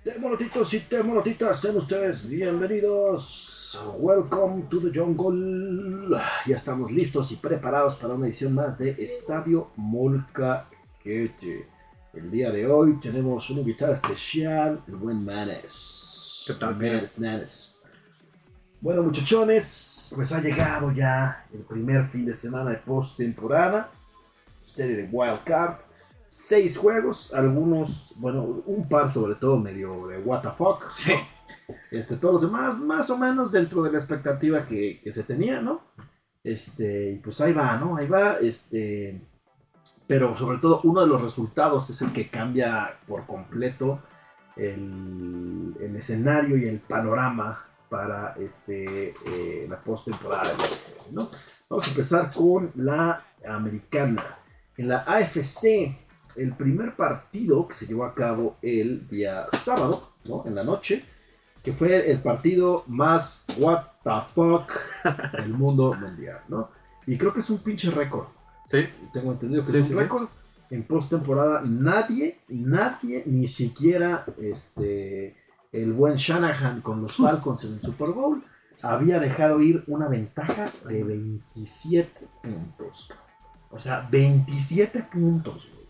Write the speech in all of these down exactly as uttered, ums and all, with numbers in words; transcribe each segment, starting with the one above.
Temorotitos y temorotitas, sean ustedes bienvenidos. Welcome to the jungle. Ya estamos listos y preparados para una edición más de Estadio Molcajete. El día de hoy tenemos un invitado especial, el buen Manes. ¿Qué tal? Manes, Manes. Bueno, muchachones, pues ha llegado ya el primer fin de semana de postemporada, serie de Wild Card. Seis juegos, algunos, bueno, un par sobre todo medio de what the fuck. Sí. ¿No? Este, todos los demás más o menos dentro de la expectativa que, que se tenía, ¿no? Este, y pues ahí va, ¿no? Ahí va, este, pero sobre todo uno de los resultados es el que cambia por completo el, el escenario y el panorama para este, eh, la postemporada, ¿no? Vamos a empezar con la americana. En la A F C, el primer partido que se llevó a cabo el día sábado, ¿no? En la noche, que fue el partido más what the fuck del mundo mundial, ¿no? Y creo que es un pinche récord. Sí. Tengo entendido que sí, es un sí, récord. Sí. En postemporada nadie, nadie, ni siquiera este, el buen Shanahan con los Falcons en el Super Bowl había dejado ir una ventaja de veintisiete puntos. O sea, veintisiete puntos, güey.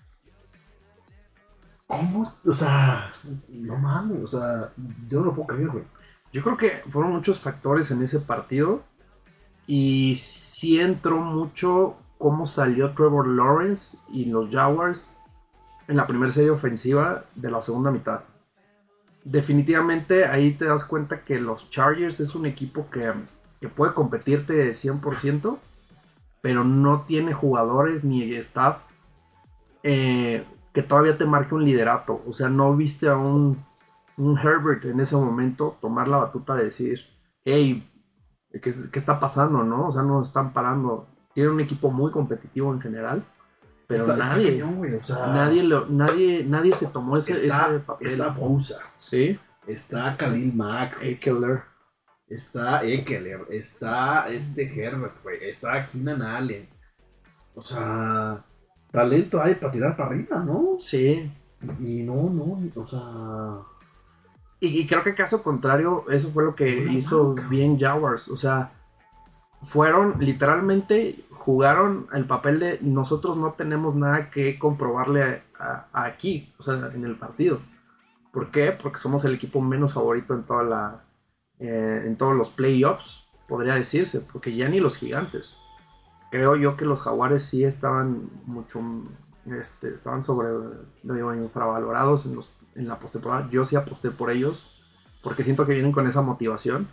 ¿Cómo? O sea, no mames, o sea, yo no lo puedo creer, güey. Yo creo que fueron muchos factores en ese partido y sí entró mucho cómo salió Trevor Lawrence y los Jaguars en la primera serie ofensiva de la segunda mitad. Definitivamente ahí te das cuenta que los Chargers es un equipo que, que puede competirte cien por ciento, pero no tiene jugadores ni staff eh, que todavía te marque un liderato. O sea, no viste a un, un Herbert en ese momento tomar la batuta de decir, hey, ¿qué, qué está pasando, no? O sea, no están parando. Tiene un equipo muy competitivo en general, pero está, nadie, está cañón, güey, o sea, nadie, lo, nadie, nadie se tomó ese, está, ese papel. Está Bosa, sí, está Khalil Mack, Ekeler, está Ekeler, está este Herbert, güey, está Keenan Allen. O sea, talento hay para tirar para arriba, ¿no? sí. Y, y no, no, o sea... Y, y creo que caso contrario, eso fue lo que Una hizo marca. bien Jaguars. O sea, fueron, literalmente, jugaron el papel de nosotros no tenemos nada que comprobarle a, a, a aquí, o sea, en el partido. ¿Por qué? Porque somos el equipo menos favorito en toda la, eh, en todos los playoffs, podría decirse, porque ya ni los gigantes. Creo yo que los Jaguares sí estaban mucho, este, estaban sobre, digo, infravalorados en, los, en la postemporada. Yo sí aposté por ellos, porque siento que vienen con esa motivación,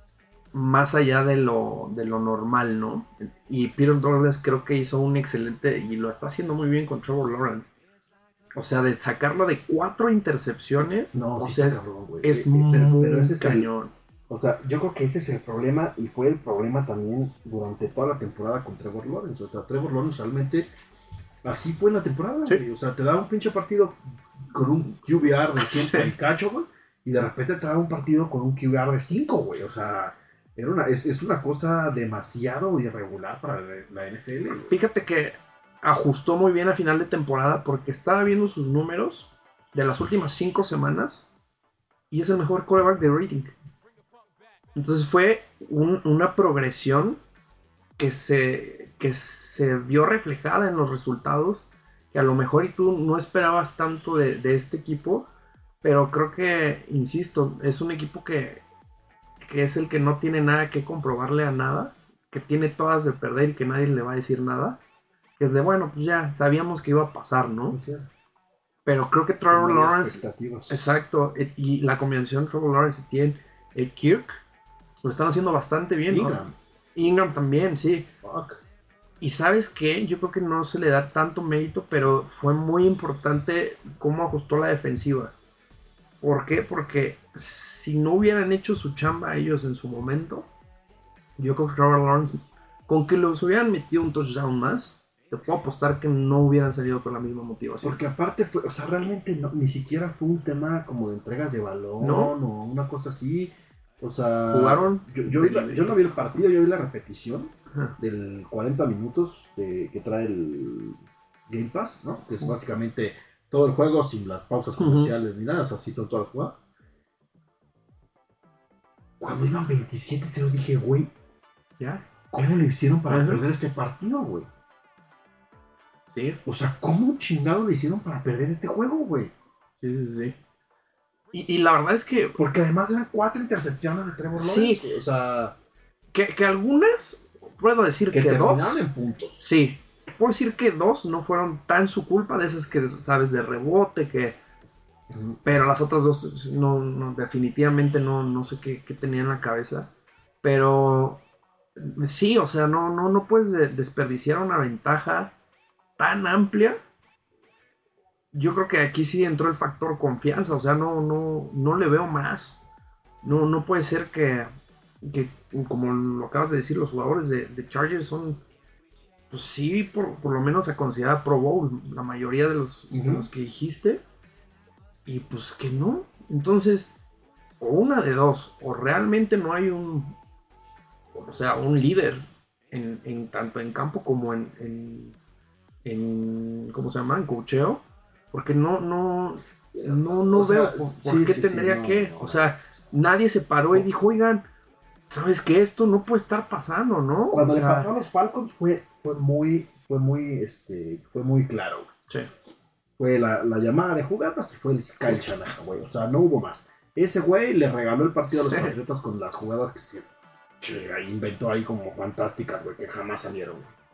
más allá de lo, de lo normal, ¿no? Y Peter Douglas creo que hizo un excelente, y lo está haciendo muy bien con Trevor Lawrence. O sea, de sacarlo de cuatro intercepciones, No, o sí sea, está es, cabrón, güey. es Eh, eh, muy pero, pero ese es cañón. El, o sea, yo creo que ese es el problema y fue el problema también durante toda la temporada con Trevor Lawrence. O sea, Trevor Lawrence realmente así fue en la temporada, Sí. güey. O sea, te daba un pinche partido con un Q B R de ciento Sí. y cacho, güey. Y de repente te daba un partido con un Q B R de cinco, güey. O sea, era una, es, es una cosa demasiado irregular para la N F L, güey. Fíjate que ajustó muy bien a final de temporada porque estaba viendo sus números de las últimas cinco semanas y es el mejor quarterback de rating. Entonces fue un, una progresión que se, que se vio reflejada en los resultados, que a lo mejor y tú no esperabas tanto de, de este equipo, pero creo que, insisto, es un equipo que, que es el que no tiene nada que comprobarle a nada, que tiene todas de perder y que nadie le va a decir nada, que es de, bueno, pues ya sabíamos que iba a pasar, ¿no? O sea, Pero creo que Trevor no hay Lawrence, expectativas. exacto, y la combinación Trevor Lawrence y tiene el Kirk, lo están haciendo bastante bien, ¿no? Ingram. Ingram también, sí. Fuck. Y ¿sabes qué? Yo creo que no se le da tanto mérito, pero fue muy importante cómo ajustó la defensiva. ¿Por qué? Porque si no hubieran hecho su chamba ellos en su momento, yo creo que Trevor Lawrence, con que los hubieran metido un touchdown más, te puedo apostar que no hubieran salido con la misma motivación. Porque aparte fue, o sea, realmente no, ni siquiera fue un tema como de entregas de balón, ¿No? o una cosa así. O sea, jugaron. Yo, yo, vi la- yo no vi el partido, yo vi la repetición Ajá. del cuarenta minutos de, que trae el Game Pass, ¿no? Que es básicamente todo el juego sin las pausas comerciales uh-huh. ni nada, o sea, así son todas las jugadas. Cuando iban veintisiete cero dije, güey, ¿ya? ¿Cómo le hicieron para uh-huh. perder este partido, güey? Sí. O sea, ¿cómo chingado le hicieron para perder este juego, güey? Sí, sí, sí. Y, y la verdad es que... Porque además eran cuatro intercepciones de Trevor Lawrence. Sí. O sea... Que, que algunas, puedo decir que, que dos... terminaron en puntos. Sí. Puedo decir que dos no fueron tan su culpa, de esas que, sabes, de rebote, que... Uh-huh. Pero las otras dos, no, no definitivamente no, no sé qué, qué tenía en la cabeza. Pero... Sí, o sea, no, no, no puedes de- desperdiciar una ventaja tan amplia. Yo creo que aquí sí entró el factor confianza, o sea, no, no, no le veo más. No, no puede ser que, que, como lo acabas de decir, los jugadores de, de Chargers son, pues sí, por, por lo menos a considerar Pro Bowl, la mayoría de los, uh-huh. de los que dijiste, y pues que no. Entonces, o una de dos, o realmente no hay un, o sea, un líder, en, en tanto en campo como en, en, en ¿cómo se llama? En coacheo. Porque no, no, no, no veo sea, por, por sí, qué sí, tendría sí, no, que. No, o sea, nadie se paró y dijo, oigan, ¿sabes qué? Esto no puede estar pasando, ¿no? Cuando o le sea, pasó a los Falcons fue, fue muy, fue muy, este, fue muy claro. Sí. Fue la, la llamada de jugadas y fue el Kyle Shanahan, güey. O sea, no hubo más. Ese güey le regaló el partido sí. a los Patriotas con las jugadas que se che, inventó ahí como fantásticas, güey, que jamás salieron, güey.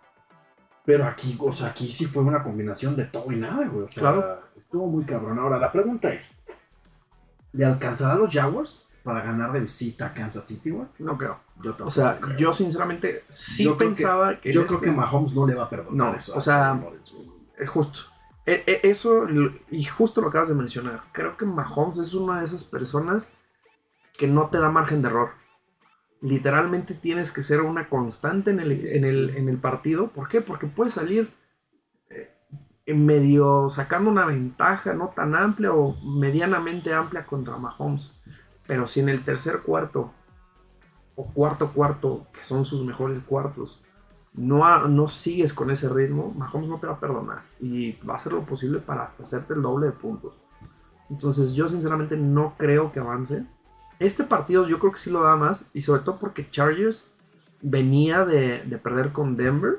Pero aquí, o sea, aquí sí fue una combinación de todo y nada, güey. O sea, claro. Estuvo muy cabrón. Ahora, la pregunta es, ¿le alcanzará a los Jaguars para ganar de visita a Kansas City, güey? No creo. Yo o sea, creo. yo sinceramente sí yo pensaba que... que yo este... creo que Mahomes no le va a perdonar no, eso. O sea, es justo. Eso, y justo lo acabas de mencionar. Creo que Mahomes es una de esas personas que no te da margen de error. Literalmente tienes que ser una constante en el, en el, en el partido. ¿Por qué? Porque puedes salir eh, en medio sacando una ventaja no tan amplia o medianamente amplia contra Mahomes. Pero si en el tercer cuarto o cuarto cuarto, que son sus mejores cuartos, no, ha, no sigues con ese ritmo, Mahomes no te va a perdonar. Y va a hacer lo posible para hasta hacerte el doble de puntos. Entonces yo sinceramente no creo que avance. Este partido yo creo que sí lo da más, y sobre todo porque Chargers venía de, de perder con Denver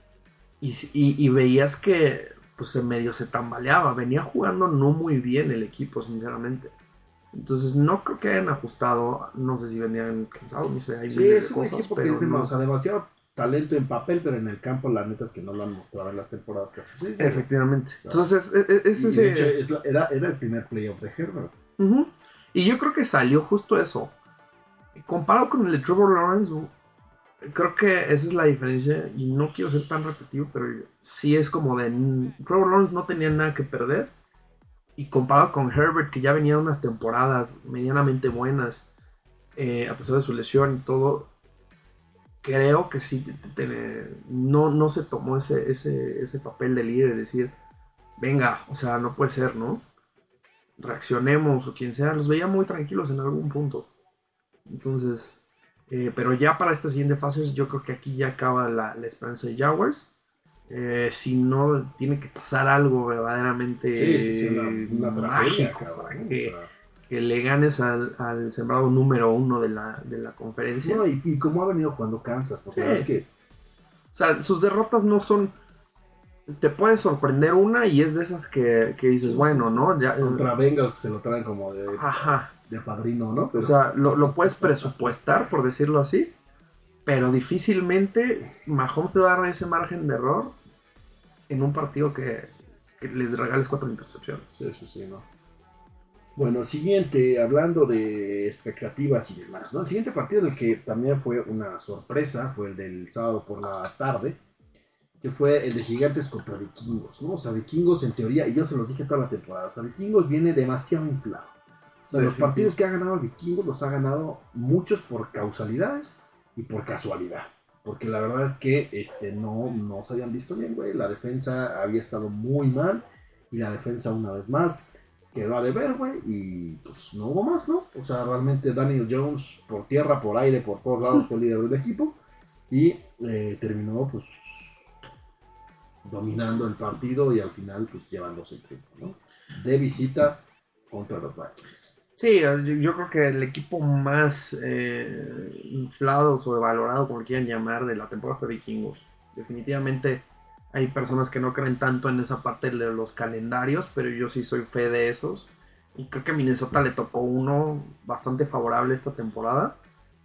y, y, y veías que pues en medio se tambaleaba, venía jugando no muy bien el equipo, sinceramente. Entonces no creo que hayan ajustado, no sé si venían cansados, no sé, hay sí, miles es de un cosas, equipo pero que es de, no. o sea, demasiado talento en papel, pero en el campo la neta es que no lo han mostrado en las temporadas que ha sucedido. Efectivamente. O sea, entonces es, es, es ese... de hecho, es la, era, era el primer playoff de Herbert. Uh-huh. Y yo creo que salió justo eso. Comparado con el de Trevor Lawrence, creo que esa es la diferencia. Y no quiero ser tan repetitivo, pero sí es como de... Trevor Lawrence no tenía nada que perder. Y comparado con Herbert, que ya venía unas temporadas medianamente buenas, eh, a pesar de su lesión y todo, creo que sí te, te, te, no, no se tomó ese, ese, ese papel de líder, de decir, venga, o sea, no puede ser, ¿no? Reaccionemos o quien sea, los veía muy tranquilos en algún punto. Entonces, eh, pero ya para esta siguiente fase, yo creo que aquí ya acaba la, la esperanza de Jaguars. Eh, si no tiene que pasar algo verdaderamente sí, sí, sí, una, una mágico tragedia, para cabrón, que, o sea. que le ganes al, al sembrado número uno de la, de la conferencia. No, y, y cómo ha venido jugando Kansas, porque sí. la verdad es que... O sea, sus derrotas no son... Te puede sorprender una y es de esas que, que dices, sí, bueno, ¿no? Ya, contra Bengals se lo traen como de, ajá. de padrino, ¿no? Pero... O sea, lo, lo puedes presupuestar, por decirlo así, pero difícilmente Mahomes te va a dar ese margen de error en un partido que, que les regales cuatro intercepciones. Sí, sí, sí, ¿no? Bueno, siguiente, hablando de expectativas y demás, ¿no? El siguiente partido del que también fue una sorpresa fue el del sábado por la tarde, que fue el de Gigantes contra Vikingos, ¿no? O sea, Vikingos en teoría, y yo se los dije toda la temporada, o sea, Vikingos viene demasiado inflado. O sea, sí, los partidos sí. que ha ganado Vikingos los ha ganado muchos por causalidades y por casualidad. Porque la verdad es que este, no, no se habían visto bien, güey. La defensa había estado muy mal, y la defensa una vez más quedó a deber, güey, y pues no hubo más, ¿no? O sea, realmente Daniel Jones por tierra, por aire, por todos lados fue el líder del equipo, y eh, terminó, pues... dominando el partido y al final pues llevándose el triunfo, ¿no? De visita contra los Vikings. Sí, yo, yo creo que el equipo más eh, inflado, sobrevalorado, como quieran llamar, de la temporada fue Vikingos. Definitivamente hay personas que no creen tanto en esa parte de los calendarios, pero yo sí soy fe de esos. Y creo que a Minnesota le tocó uno bastante favorable esta temporada.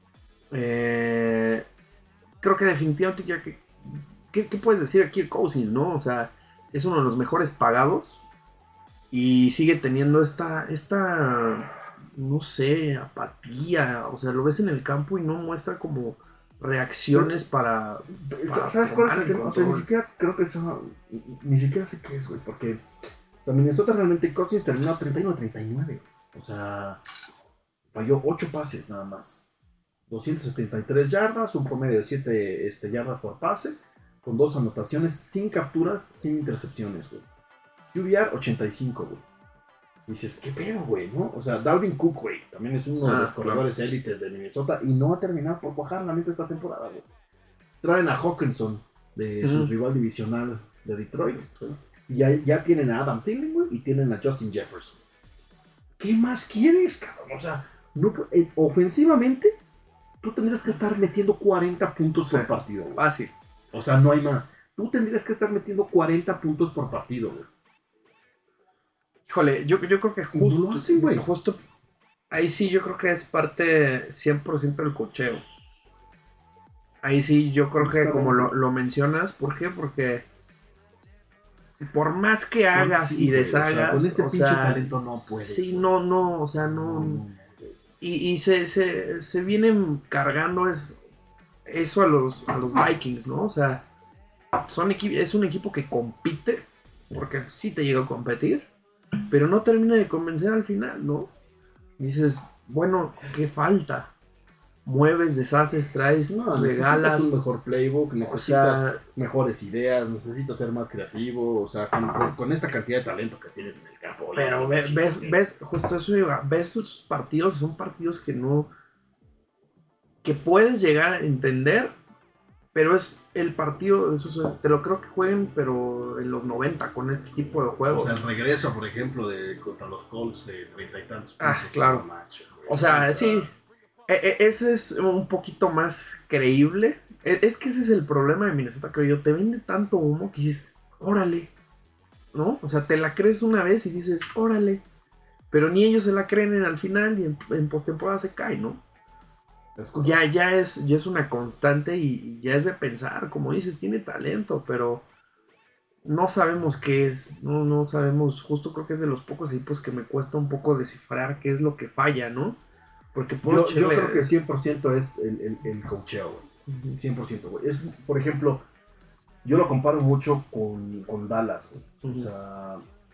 Eh, creo que definitivamente ya que... ¿qué, ¿Qué puedes decir aquí Kirk Cousins, no? O sea, es uno de los mejores pagados. Y sigue teniendo esta... esta no sé, apatía. O sea, lo ves en el campo y no muestra como reacciones para... para ¿Sabes cuál es tomar el el tema? O sea, ni control. siquiera creo que eso... Ni siquiera sé qué es, güey, porque... O sea, Minnesota realmente Cousins terminó treinta y uno a treinta y nueve. O sea, falló ocho pases nada más. doscientas setenta y tres yardas, un promedio de siete este, yardas por pase, con dos anotaciones, sin capturas, sin intercepciones, güey. Q B R ochenta y cinco, güey. Dices, ¿qué pedo, güey? ¿No? O sea, Dalvin Cook, güey, también es uno Ah, de los corredores claro. élites de Minnesota y no va a terminar por cuajar la mitad de esta temporada, güey. Traen a Hawkinson de su Uh-huh. rival divisional de Detroit. Y ya, ya tienen a Adam Thielen, güey, y tienen a Justin Jefferson. ¿Qué más quieres, cabrón? O sea, no, eh, ofensivamente, tú tendrías que estar metiendo cuarenta puntos Sí. por partido, güey. Fácil. O sea, no hay más. Tú tendrías que estar metiendo cuarenta puntos por partido, güey. Híjole, yo, yo creo que Y no justo, lo hacen, güey. justo ahí sí yo creo que es parte cien por ciento del cocheo. Ahí sí yo creo que como lo, lo mencionas, ¿por qué? Porque por más que hagas Sí, y güey, o sea, deshagas, con este o pinche sea, talento no puedes, sí, güey. no, no, o sea, no, No, no, no, güey. y, y se, se, se vienen cargando es, eso a los, a los Vikings, ¿no? O sea, son equi- es un equipo que compite, porque sí te llega a competir, pero no termina de convencer al final, ¿no? Dices, bueno, ¿qué falta? Mueves, deshaces, traes, No, regalas. necesitas un mejor playbook, necesitas sea, mejores ideas, necesitas ser más creativo, o sea, con, con- con esta cantidad de talento que tienes en el campo. Pero oye, ve- ves, es- ves, justo eso iba, ves sus partidos, son partidos que no, que puedes llegar a entender, pero es el partido, eso, es- te lo creo que jueguen, pero en los noventa con este tipo de O juegos. sea, el regreso, por ejemplo, de contra los Colts de treinta y tantos Ah, puntos, claro. no manches, güey. O sea, Contra- sí, e- e- ese es un poquito más creíble. E- Es que ese es el problema de Minnesota, creo yo. Te vende tanto humo que dices, órale, ¿no? O sea, te la crees una vez y dices, órale. Pero ni ellos se la creen en al final y en, en postemporada se cae, ¿no? Es correcto. Ya, ya, es, ya es una constante y, y ya es de pensar. Como dices, tiene talento, pero no sabemos qué es. No, no sabemos. Justo creo que es de los pocos equipos que me cuesta un poco descifrar qué es lo que falla, ¿no? Porque puedo Yo, yo echarle- creo que cien por ciento es el, el, el coacheo, güey. Ujú. cien por ciento, güey. Es, por ejemplo, yo lo comparo mucho con, con Dallas, güey. Ujú. O sea,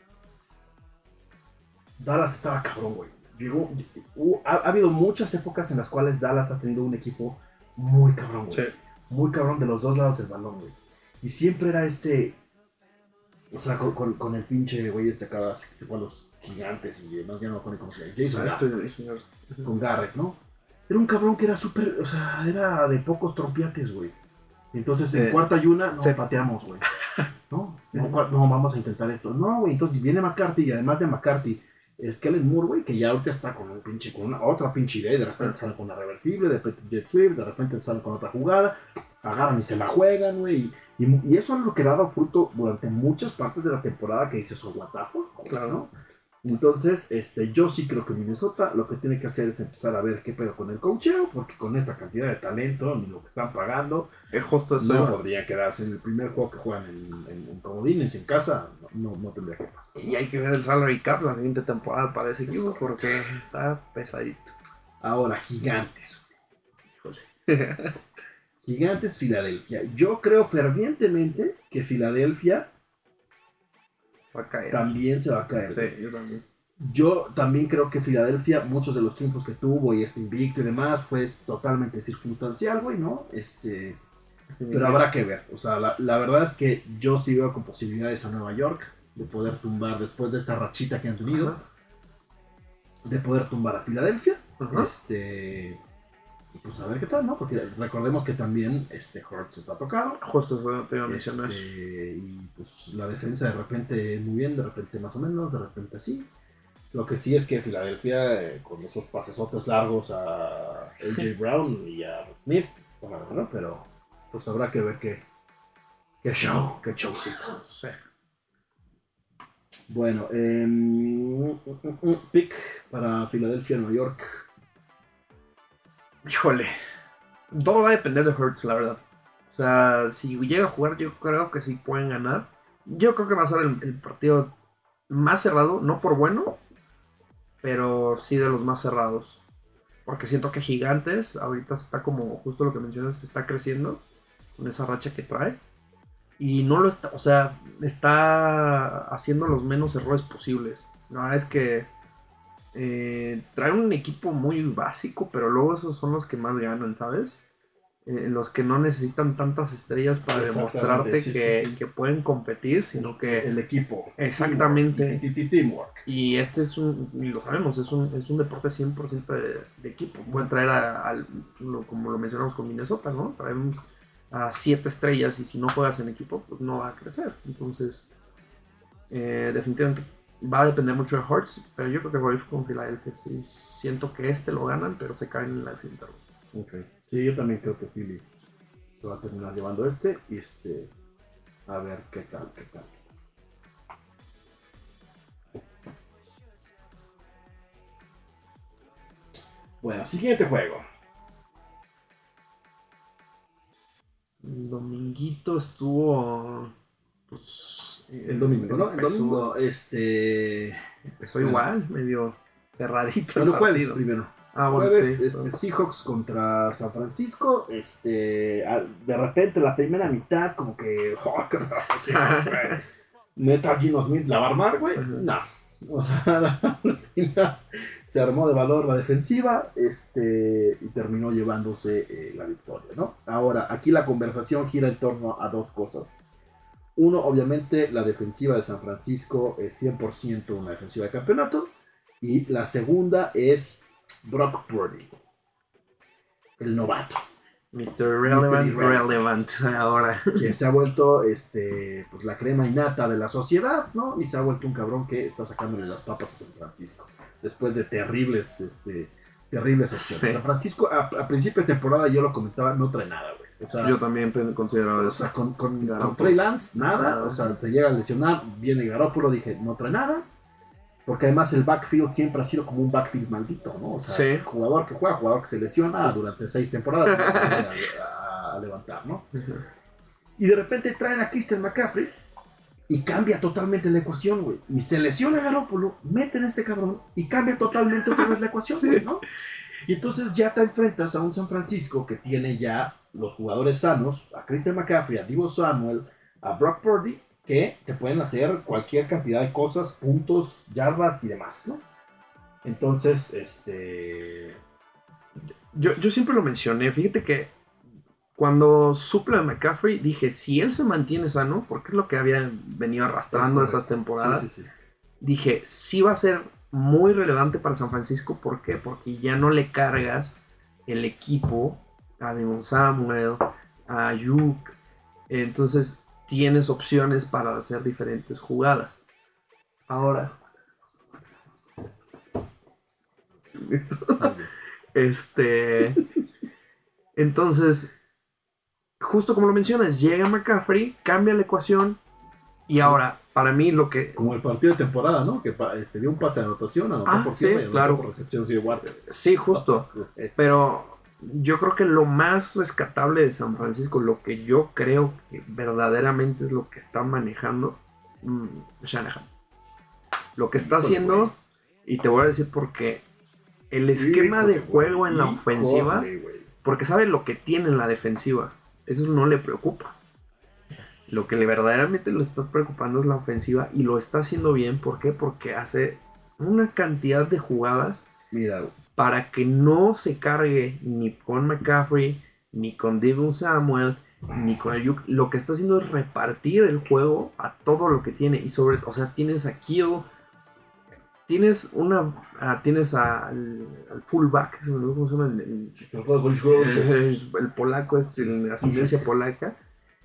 Dallas estaba cabrón, güey. Llegó, hu- ha, ha habido muchas épocas en las cuales Dallas ha tenido un equipo muy cabrón, güey. Sí. Muy cabrón de los dos lados del balón, güey. Y siempre era este. O sea, con, con, con el pinche güey este acá, se se fue a los gigantes y demás, ya no me acuerdo cómo se llama. Jason Ah, Garrett, este señor. Ujú. con Garrett, ¿no? Era un cabrón que era súper, o sea, era de pocos trompiates, güey. Entonces en Sí. cuarta y una, no, Sí. pateamos, güey. ¿No? No, cua- no, vamos a intentar esto. No, güey, entonces viene McCarthy y además de McCarthy, es Kellen Moore, güey, que ya ahorita está con un pinche, con una otra pinche idea y de repente sale con una reversible, de repente jet sweep, de repente sale con otra jugada, agarran y se la juegan, güey. Y, y eso es lo que ha dado fruto durante muchas partes de la temporada que dices, oh, what the fuck, Claro. ¿no? Entonces, este, yo sí creo que Minnesota lo que tiene que hacer es empezar a ver qué pedo con el coacheo, porque con esta cantidad de talento, ni lo que están pagando, Eh, justo eso. no iba. podría quedarse en el primer juego que juegan en, en, en comodines, en casa, no, no, no tendría que pasar. Y hay que ver el salary cap la siguiente temporada para ese Es equipo correcto. porque está pesadito. Ahora, Gigantes. Híjole. Gigantes, Filadelfia. Yo creo fervientemente que Filadelfia Va a caer. también se va a caer. Sí, yo también. Yo también creo que Filadelfia, muchos de los triunfos que tuvo y este invicto y demás, fue totalmente circunstancial, güey, ¿no? Este, pero habrá que ver. O sea, la, la verdad es que yo sí veo con posibilidades a Nueva York de poder tumbar después de esta rachita que han tenido, Ajá. de poder tumbar a Filadelfia. Ajá. Este, y pues a ver qué tal, ¿no? Porque recordemos que también este Hurts está tocado. Justo eso te iba a mencionar. Este, y pues, la defensa de repente muy bien, de repente más o menos, de repente así. Lo que sí es que Filadelfia, eh, con esos pasesotes largos a A J Brown y a Smith, bueno, ¿no? Pero pues habrá que ver qué, qué show, qué showcito. Sí. Bueno, eh, pick para Filadelfia, Nueva York. Híjole, todo va a depender de Hurts, la verdad. O sea, si llega a jugar, yo creo que sí pueden ganar. Yo creo que va a ser el, el partido más cerrado, no por bueno, pero sí de los más cerrados. Porque siento que Gigantes ahorita está como, justo lo que mencionas, está creciendo con esa racha que trae. Y no lo está, o sea, está haciendo los menos errores posibles. La verdad es que eh, trae un equipo muy básico, pero luego esos son los que más ganan, ¿sabes? Eh, los que no necesitan tantas estrellas para demostrarte sí, que, sí, sí. que pueden competir, sino que... El equipo. Exactamente. Teamwork. Teamwork. Y este es un, y lo sabemos, es un, es un deporte cien por ciento de, de equipo. Puedes traer a, a lo, como lo mencionamos con Minnesota, ¿no? Traemos a siete estrellas y si no juegas en equipo, pues no va a crecer. Entonces, eh, definitivamente va a depender mucho de Hurts, pero yo creo que voy con Philadelphia. Sí, siento que este lo ganan, pero se caen en la siguiente ronda. Okay. Sí, yo también creo que Philly se va a terminar llevando este y este a ver qué tal, qué tal. Bueno, siguiente juego. El dominguito estuvo, pues, el domingo, ¿no? El empezó, domingo, este... Empezó bueno, igual, medio cerradito. El jueves primero. Ah, bueno, jueves, sí. Este, Bueno. Seahawks contra San Francisco. Este, de repente la primera mitad como que... Oh, neta, Gino Smith la va a armar, güey. Uh-huh. No. O sea, la, la final se armó de valor la defensiva este, y terminó llevándose eh, la victoria, ¿no? Ahora, aquí la conversación gira en torno a dos cosas. Uno, obviamente, la defensiva de San Francisco es cien por ciento una defensiva de campeonato. Y la segunda es Brock Purdy, el novato. mister Relevant, mister Relevant, ahora. Que se ha vuelto este, pues, la crema innata de la sociedad, ¿no? Y se ha vuelto un cabrón que está sacándole las papas a San Francisco. Después de terribles, este, terribles opciones. Sí. San Francisco, a, a principio de temporada, yo lo comentaba, no trae nada, güey. O sea, yo también consideraba eso. O sea, con, con, con Trey Lance, nada. nada. O sea, se llega a lesionar, viene Garoppolo, dije, no trae nada. Porque además el backfield siempre ha sido como un backfield maldito, ¿no? O sea, sí. Jugador que juega, jugador que se lesiona durante seis temporadas a, a, a levantar, ¿no? Uh-huh. Y de repente traen a Christian McCaffrey y cambia totalmente la ecuación, güey. Y se lesiona Garoppolo, meten a este cabrón y cambia totalmente otra vez la ecuación, sí. güey, ¿no? Y entonces ya te enfrentas a un San Francisco que tiene ya los jugadores sanos, a Christian McCaffrey, a Deebo Samuel, a Brock Purdy, que te pueden hacer cualquier cantidad de cosas, puntos, yardas y demás, ¿no? Entonces, este... Yo, yo siempre lo mencioné, fíjate que cuando suple a McCaffrey, dije, si él se mantiene sano, porque es lo que había venido arrastrando es esas temporadas, sí, sí, sí. dije, sí va a ser muy relevante para San Francisco, ¿por qué? Porque ya no le cargas el equipo a Deebo Samuel, a Ayuk, entonces... tienes opciones para hacer diferentes jugadas. Ahora. ¿Listo? Este. Entonces, justo como lo mencionas, llega McCaffrey, cambia la ecuación. Y ahora, para mí, lo que. Como el partido de temporada, ¿no? Que este, dio un pase de anotación, anotó ah, por sí, tierra y claro. por recepción de Water. Sí, justo. Pero. Yo creo que lo más rescatable de San Francisco, lo que yo creo que verdaderamente es lo que está manejando mmm, Shanahan. Lo que está haciendo, y te voy a decir por qué, el esquema híjole, de juego güey, en la ofensiva, híjole, porque sabe lo que tiene en la defensiva, eso no le preocupa. Lo que le verdaderamente le está preocupando es la ofensiva y lo está haciendo bien. ¿Por qué? Porque hace una cantidad de jugadas. Mira, para que no se cargue ni con McCaffrey, ni con Deebo Samuel, ni con Ayuk. Lo que está haciendo es repartir el juego a todo lo que tiene. Y sobre, o sea, tienes a Kio, tienes una, uh, tienes a, al, al fullback, ¿cómo se llama? El, el, el, el polaco, este, la ascendencia polaca.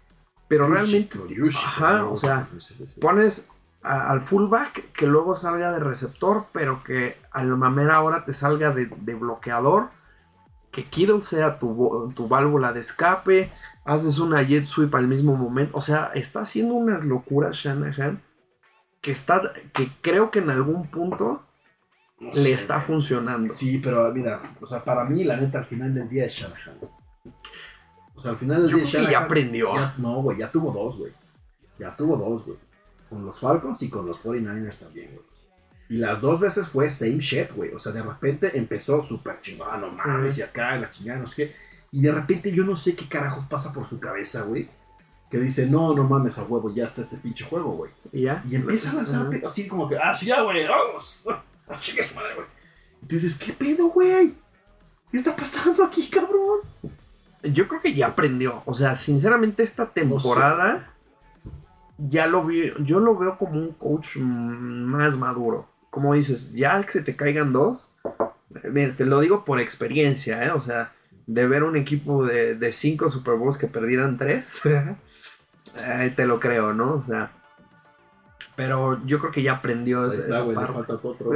pero Yushi, realmente, Yushi, ajá, ¿no? o sea, Sí, sí, sí. pones a, al fullback que luego salga de receptor, pero que a la mamera ahora te salga de, de bloqueador, que Kittle sea tu, tu válvula de escape, haces una jet sweep al mismo momento, o sea, está haciendo unas locuras Shanahan que está, que creo que en algún punto No le sé, está güey. funcionando. Sí, pero mira, o sea, para mí, la neta, al final del día es Shanahan. O sea, al final del Yo día creo que Shanahan. ya aprendió. Ya, no, güey, ya tuvo dos, güey. Ya tuvo dos, güey. Con los Falcons y con los cuarenta y nueve ers también, güey. Y las dos veces fue same shit, güey. O sea, de repente empezó súper chingón, no mames, y acá, la chingada, no sé qué. Y de repente yo no sé qué carajos pasa por su cabeza, güey. Que dice, no, no mames, a huevo, ya está este pinche juego, güey. ¿Y ya? Y empieza a lanzar Ajá. así como que, ah, sí, ya, güey, vamos. Ah, chingue su madre, güey. Y tú dices, ¿qué pedo, güey? ¿Qué está pasando aquí, cabrón? Yo creo que ya aprendió. O sea, sinceramente, esta temporada ya lo vi. Yo lo veo como un coach más maduro. Como dices, ya que se te caigan dos. Mira, te lo digo por experiencia, ¿eh? O sea, de ver un equipo de, de cinco Super Bowls que perdieran tres. eh, te lo creo, ¿no? O sea. Pero yo creo que ya aprendió Ahí esa, está, esa güey, le parte. falta otro.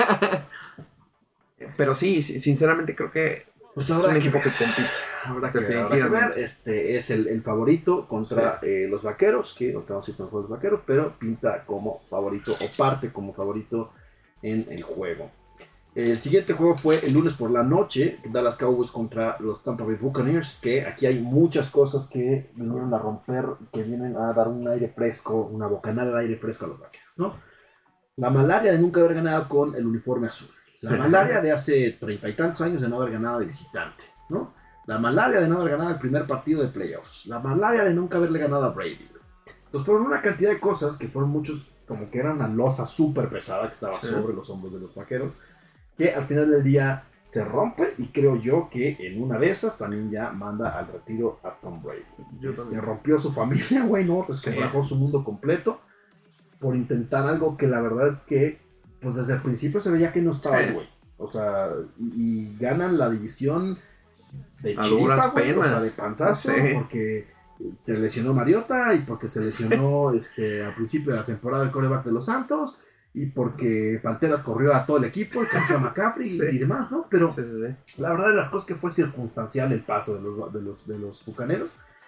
Pero sí, sí, sinceramente creo que Pues es habrá un que equipo ver. que compite. Habrá que, ver, habrá que Definitivamente. ver. Este es el, el favorito contra Sí. eh, los vaqueros, que no estamos citando con los vaqueros, pero pinta como favorito o parte como favorito en el juego. El siguiente juego fue el lunes por la noche, Dallas Cowboys contra los Tampa Bay Buccaneers, que aquí hay muchas cosas que vinieron a romper, que vienen a dar un aire fresco, una bocanada de aire fresco a los vaqueros, ¿no? La malaria de nunca haber ganado con el uniforme azul. La malaria de hace treinta y tantos años de no haber ganado de visitante, ¿no? La malaria de no haber ganado el primer partido de playoffs. La malaria de nunca haberle ganado a Brady. Entonces fueron una cantidad de cosas que fueron muchos, como que era una losa súper pesada que estaba sí. sobre los hombros de los vaqueros, que al final del día se rompe y creo yo que en una de esas también ya manda al retiro a Tom Brady. Este, rompió su familia, güey, ¿no? Desquebrajó sí. su mundo completo por intentar algo que la verdad es que pues desde el principio se veía que no estaba el sí. güey. O sea, y, y ganan la división de chiripa, güey, o sea, de panzazo, sí. porque se lesionó Mariota y porque se lesionó sí. este, al principio de la temporada el quarterback de los Santos y porque Panteras corrió a todo el equipo, el campeón McCaffrey sí. y, y demás, ¿no? Pero sí, sí, sí. la verdad de las cosas que fue circunstancial el paso de los, de los, de los bucaneros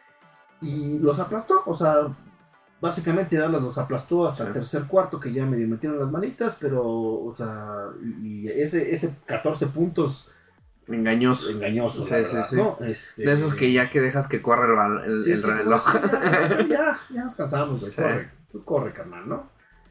y los aplastó, o sea, básicamente Dallas los aplastó hasta sí. el tercer cuarto, que ya medio metieron las manitas, pero, o sea, y, y ese, ese catorce puntos engañoso. Engañoso, sí, la verdad, sí, sí. ¿no? Este... De esos que ya que dejas que corre el, el, sí, el sí, reloj. Ya, ya, ya nos cansamos, güey. Sí. Corre, corre, carnal, ¿no?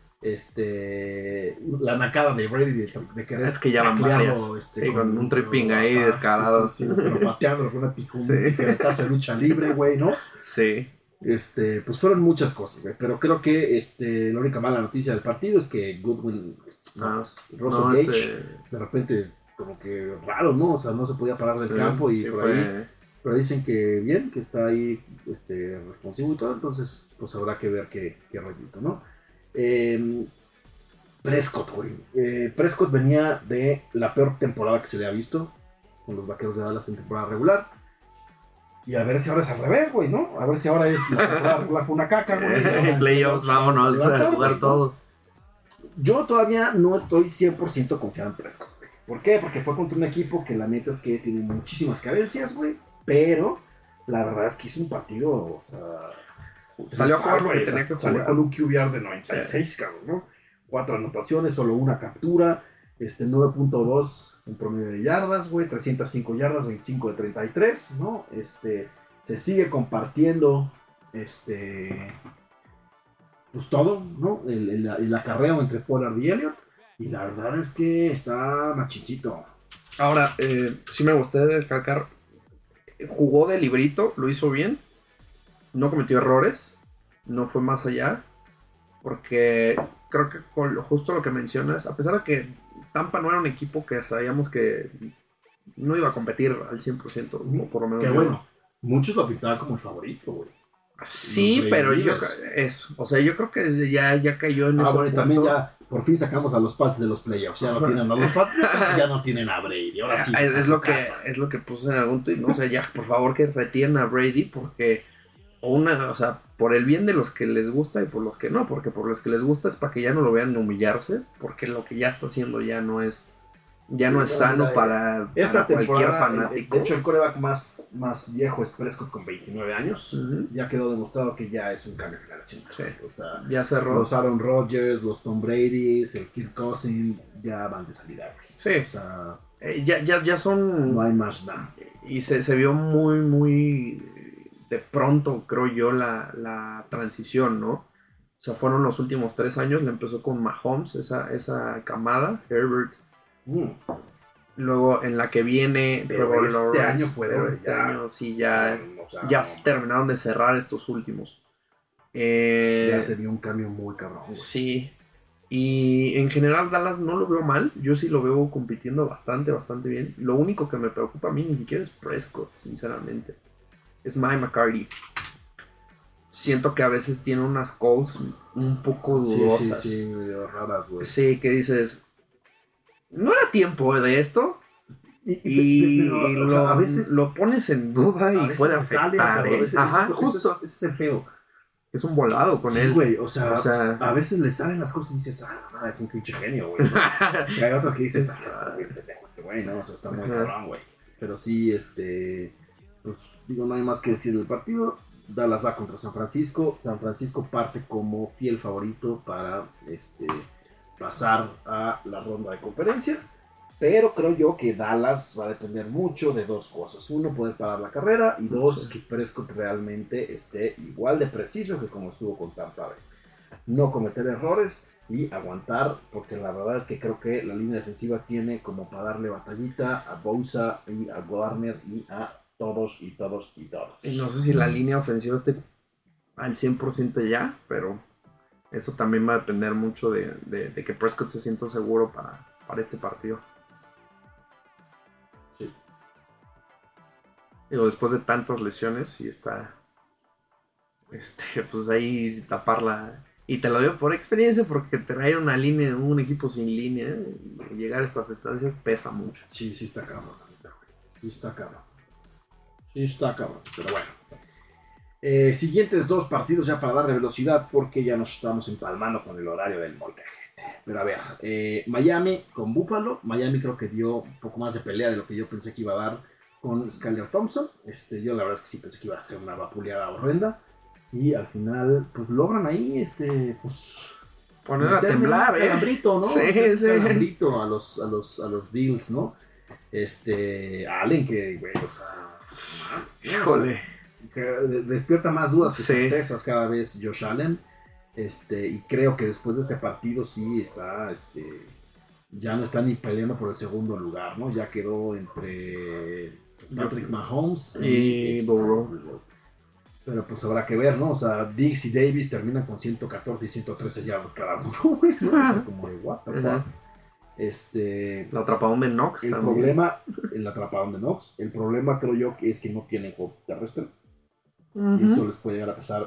Este, la nacada de Brady de, de querer es que ya van varias. Este, sí, con, con un tripping pero, ahí ah, descarado. Sí, sí, sí, pero pateándolo con una tijun, sí. un tijeretazo de lucha libre, güey, ¿no? Sí. Este, pues fueron muchas cosas, güey, pero creo que este, la única mala noticia del partido es que Goodwin, no, Russell no, Gage, este... de repente, como que raro, ¿no? O sea, no se podía parar del sí, campo y sí, por ahí, fue... pero dicen que bien, que está ahí este, responsivo y todo, entonces, pues habrá que ver qué, qué rollito, ¿no? Eh, Prescott, güey. Eh, Prescott venía de la peor temporada que se le ha visto con los Vaqueros de Dallas en temporada regular. Y a ver si ahora es al revés, güey, ¿no? A ver si ahora es la temporada regular fue una caca, güey. En playoffs, vámonos a, a jugar todo. Yo todavía no estoy cien por ciento confiado en Prescott, güey. ¿Por qué? Porque fue contra un equipo que la neta es que tiene muchísimas carencias, güey. Pero la verdad es que hizo un partido, o sea... Salió a jugar lo que tenía que jugar. Salió con un Q B R de noventa y seis, cabrón, ¿no? Cuatro anotaciones, solo una captura, este nueve punto dos en promedio de yardas, güey, trescientas cinco yardas, veinticinco de treinta y tres, ¿no? Este, se sigue compartiendo, este, pues todo, ¿no? El, el, el acarreo entre Pollard y Elliott, y la verdad es que está machichito. Ahora, eh, sí me gustaría recalcar, jugó de librito, lo hizo bien, no cometió errores, no fue más allá, porque creo que con justo lo que mencionas, a pesar de que Tampa no era un equipo que sabíamos que no iba a competir al cien por ciento, o por lo menos. Que bueno, muchos lo pintaban como el favorito, güey. Sí, pero yo eso, o sea, yo creo que ya, ya cayó en ah, ese bueno, punto. Y también ya por fin sacamos a los Pats de los playoffs, ya no tienen a los Pats, ya no tienen a Brady, ahora sí. Es, es lo que es lo que puse en algún tweet, ¿no? O sea, ya por favor que retiren a Brady porque o una, o sea, por el bien de los que les gusta y por los que no, porque por los que les gusta es para que ya no lo vean humillarse, porque lo que ya está haciendo ya no es, ya no es Sí, sano la- para, Esta para cualquier temporada, el- fanático. de hecho, el quarterback más, más viejo es Prescott con veintinueve años. Ujú. Ya quedó demostrado que ya es un cambio de generación. Sí. O sea, Ya cerró. los Aaron Rodgers, los Tom Brady's, el Kirk Cousins, ya van de salida, güey. Sí. O sea, Eh, ya, ya, ya son... no hay más nada. Y se, se vio muy, muy de pronto, creo yo, la, la transición, ¿no? O sea, fueron los últimos tres años, le empezó con Mahomes, esa, esa camada, Herbert. Mm. Luego en la que viene Pero Trevor este Lawrence, año fue pero donde este ya- año sí ya, No, o sea, ya no, se terminaron de cerrar estos últimos. Eh, Ya se vio un cambio muy cabrón, güey. Sí. Y en general Dallas no lo veo mal. Yo sí lo veo compitiendo bastante, bastante bien. Lo único que me preocupa a mí ni siquiera es Prescott, sinceramente. Es Mike McCarthy. Siento que a veces tiene unas calls un poco Sí, dudosas. sí, sí, medio raras, güey. Sí, que dices, no era tiempo de esto. Y, Y, pero, y o lo, sea, a veces lo pones en duda a y veces puede le sale, afectar. cabrón, ¿eh? ese- Ajá, ese- justo. ese es- ese es el pedo. Es un volado con Sí, él. güey, o sea, O sea- a veces le salen las cosas y dices, ah, no, es un pinche genio, güey. ¿no? Y hay otras que dices, ah, está bien pendejo este güey, ¿no? O sea, está muy Ajá. cabrón, güey. Pero sí, este, pues, digo, no hay más que decir del partido. Dallas va contra San Francisco. San Francisco parte como fiel favorito para, este, pasar a la ronda de conferencia. Pero creo yo que Dallas va a depender mucho de dos cosas. Uno, poder parar la carrera. Y dos, Sí. que Prescott realmente esté igual de preciso que como estuvo con Tampa Bay. No cometer errores y aguantar, porque la verdad es que creo que la línea defensiva tiene como para darle batallita a Bosa y a Warner y a todos y todos y todos. Y no sé si la línea ofensiva esté al cien por ciento ya, pero eso también va a depender mucho de, de, de que Prescott se sienta seguro para, para este partido. Sí. Digo, después de tantas lesiones, sí está, este, pues ahí taparla. Y te lo digo por experiencia, porque traer una línea, un equipo sin línea, y llegar a estas estancias pesa mucho. Sí, sí está cabrón, la neta, güey. Sí está cabrón. Sí está cabrón, pero bueno. Eh, siguientes dos partidos ya para darle velocidad, porque ya nos estamos empalmando con el horario del molcajete. Pero a ver, eh, Miami con Buffalo. Miami creo que dio un poco más de pelea de lo que yo pensé que iba a dar con Skyler Thompson. Este, yo la verdad es que sí pensé que iba a ser una vapuleada horrenda. Y al final, pues logran ahí, este, pues... Poner a meterle temblar, un ¿eh? calambrito, ¿no? Sí, Un sí. calambrito a los, a los, a los Bills, ¿no? Este, Allen que, güey, o sea... Híjole. Que de- despierta más dudas que Sí. certezas cada vez Josh Allen. Este, y creo que después de este partido sí está, este, ya no está ni peleando por el segundo lugar, ¿no? Ya quedó entre Patrick Mahomes Y este, Burrow. Pero pues habrá que ver, ¿no? O sea, Diggs y Davis terminan con ciento catorce y ciento trece yardas cada uno, güey, ¿no? O sea, como de what the fuck. Ajá. Este, La atrapadón de Knox el también. problema, el atrapadón de Knox, el problema creo yo que es que no tienen juego terrestre. Ujú. Y eso les puede llegar a pesar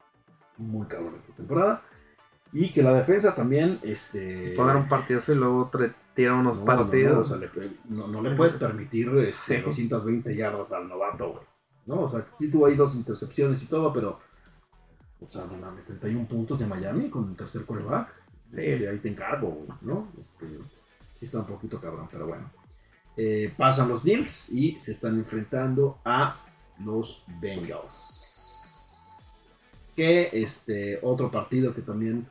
muy cabrón en esta temporada. Y que la defensa también, este... Puede dar un partidazo y luego tre- tira unos no, no, no, partidos. o sea, le- no, no le puedes permitir este, Sí. doscientas veinte yardas al novato, güey. ¿No? O sea, sí tuvo ahí dos intercepciones y todo, pero... O sea, no mames, treinta y uno puntos de Miami con el tercer quarterback. Sí. Este, ahí te encargo, ¿no? Este, sí está un poquito cabrón, pero bueno. Eh, pasan los Bills y se están enfrentando a los Bengals. Que este otro partido que también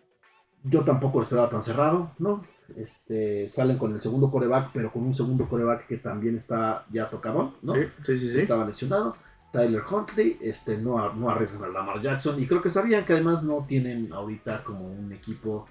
yo tampoco lo esperaba tan cerrado, ¿no? Este, salen con el segundo quarterback, pero con un segundo quarterback que también está ya tocado, ¿no? Sí, sí, sí. sí. Estaba lesionado. Tyler Huntley, este, no, a- no arriesgan a Lamar Jackson. Y creo que sabían que además no tienen ahorita como un equipo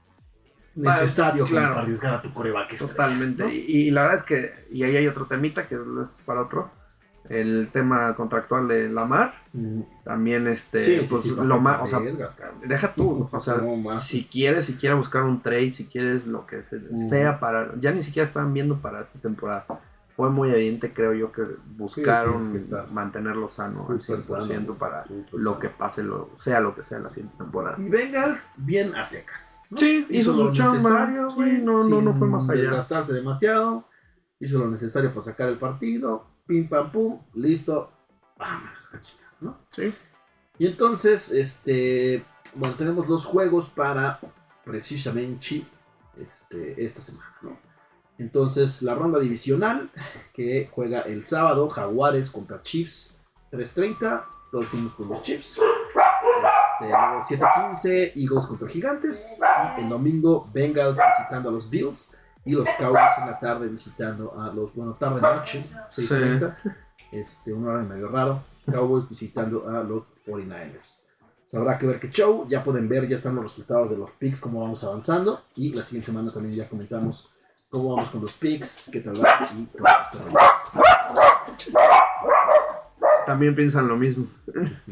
necesario como claro. para arriesgar a tu coreback estrella, Totalmente. ¿no? Y, y la verdad es que, y ahí hay otro temita que es para otro. El tema contractual de Lamar. Mm, También, este, sí, sí, pues sí, lo ¿para más, qué o sea, arriesgas, cabrón? deja tú, o sea, No, más. si quieres, si quieres buscar un trade, si quieres lo que se- Mm. sea para, ya ni siquiera estaban viendo para esta temporada. Fue muy evidente, creo yo, que buscaron tienes que estar mantenerlo sano al Súper cien por ciento sano, para súper lo sano. que pase, lo, sea lo que sea la siguiente temporada. Y Bengals bien a secas, ¿no? Sí, hizo su lo chamba, necesario, sí, güey, no, no, no sin fue más allá. desgastarse demasiado. Hizo lo necesario para sacar el partido. Pim, pam, pum, listo. Vámonos a chingar, ¿no? Sí. Y entonces, este, bueno, tenemos los juegos para precisamente este, esta semana, ¿no? Entonces, la ronda divisional que juega el sábado, Jaguares contra Chiefs, tres treinta, todos fuimos con los Chiefs. Este, luego siete quince, Eagles contra Gigantes. Y el domingo, Bengals visitando a los Bills. Y los Cowboys en la tarde visitando a los, bueno, tarde noche, seis treinta. Sí. Este, un horario medio raro. Cowboys visitando a los cuarenta y nueve ers. Habrá que ver qué show. Ya pueden ver, ya están los resultados de los picks, cómo vamos avanzando. Y la siguiente semana también ya comentamos cómo vamos con los picks, qué tal va y todo esto. También piensan lo mismo.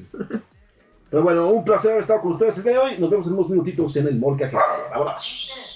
Pero bueno, un placer haber estado con ustedes el día de hoy. Nos vemos en unos minutitos en el Molcajete. Ahora.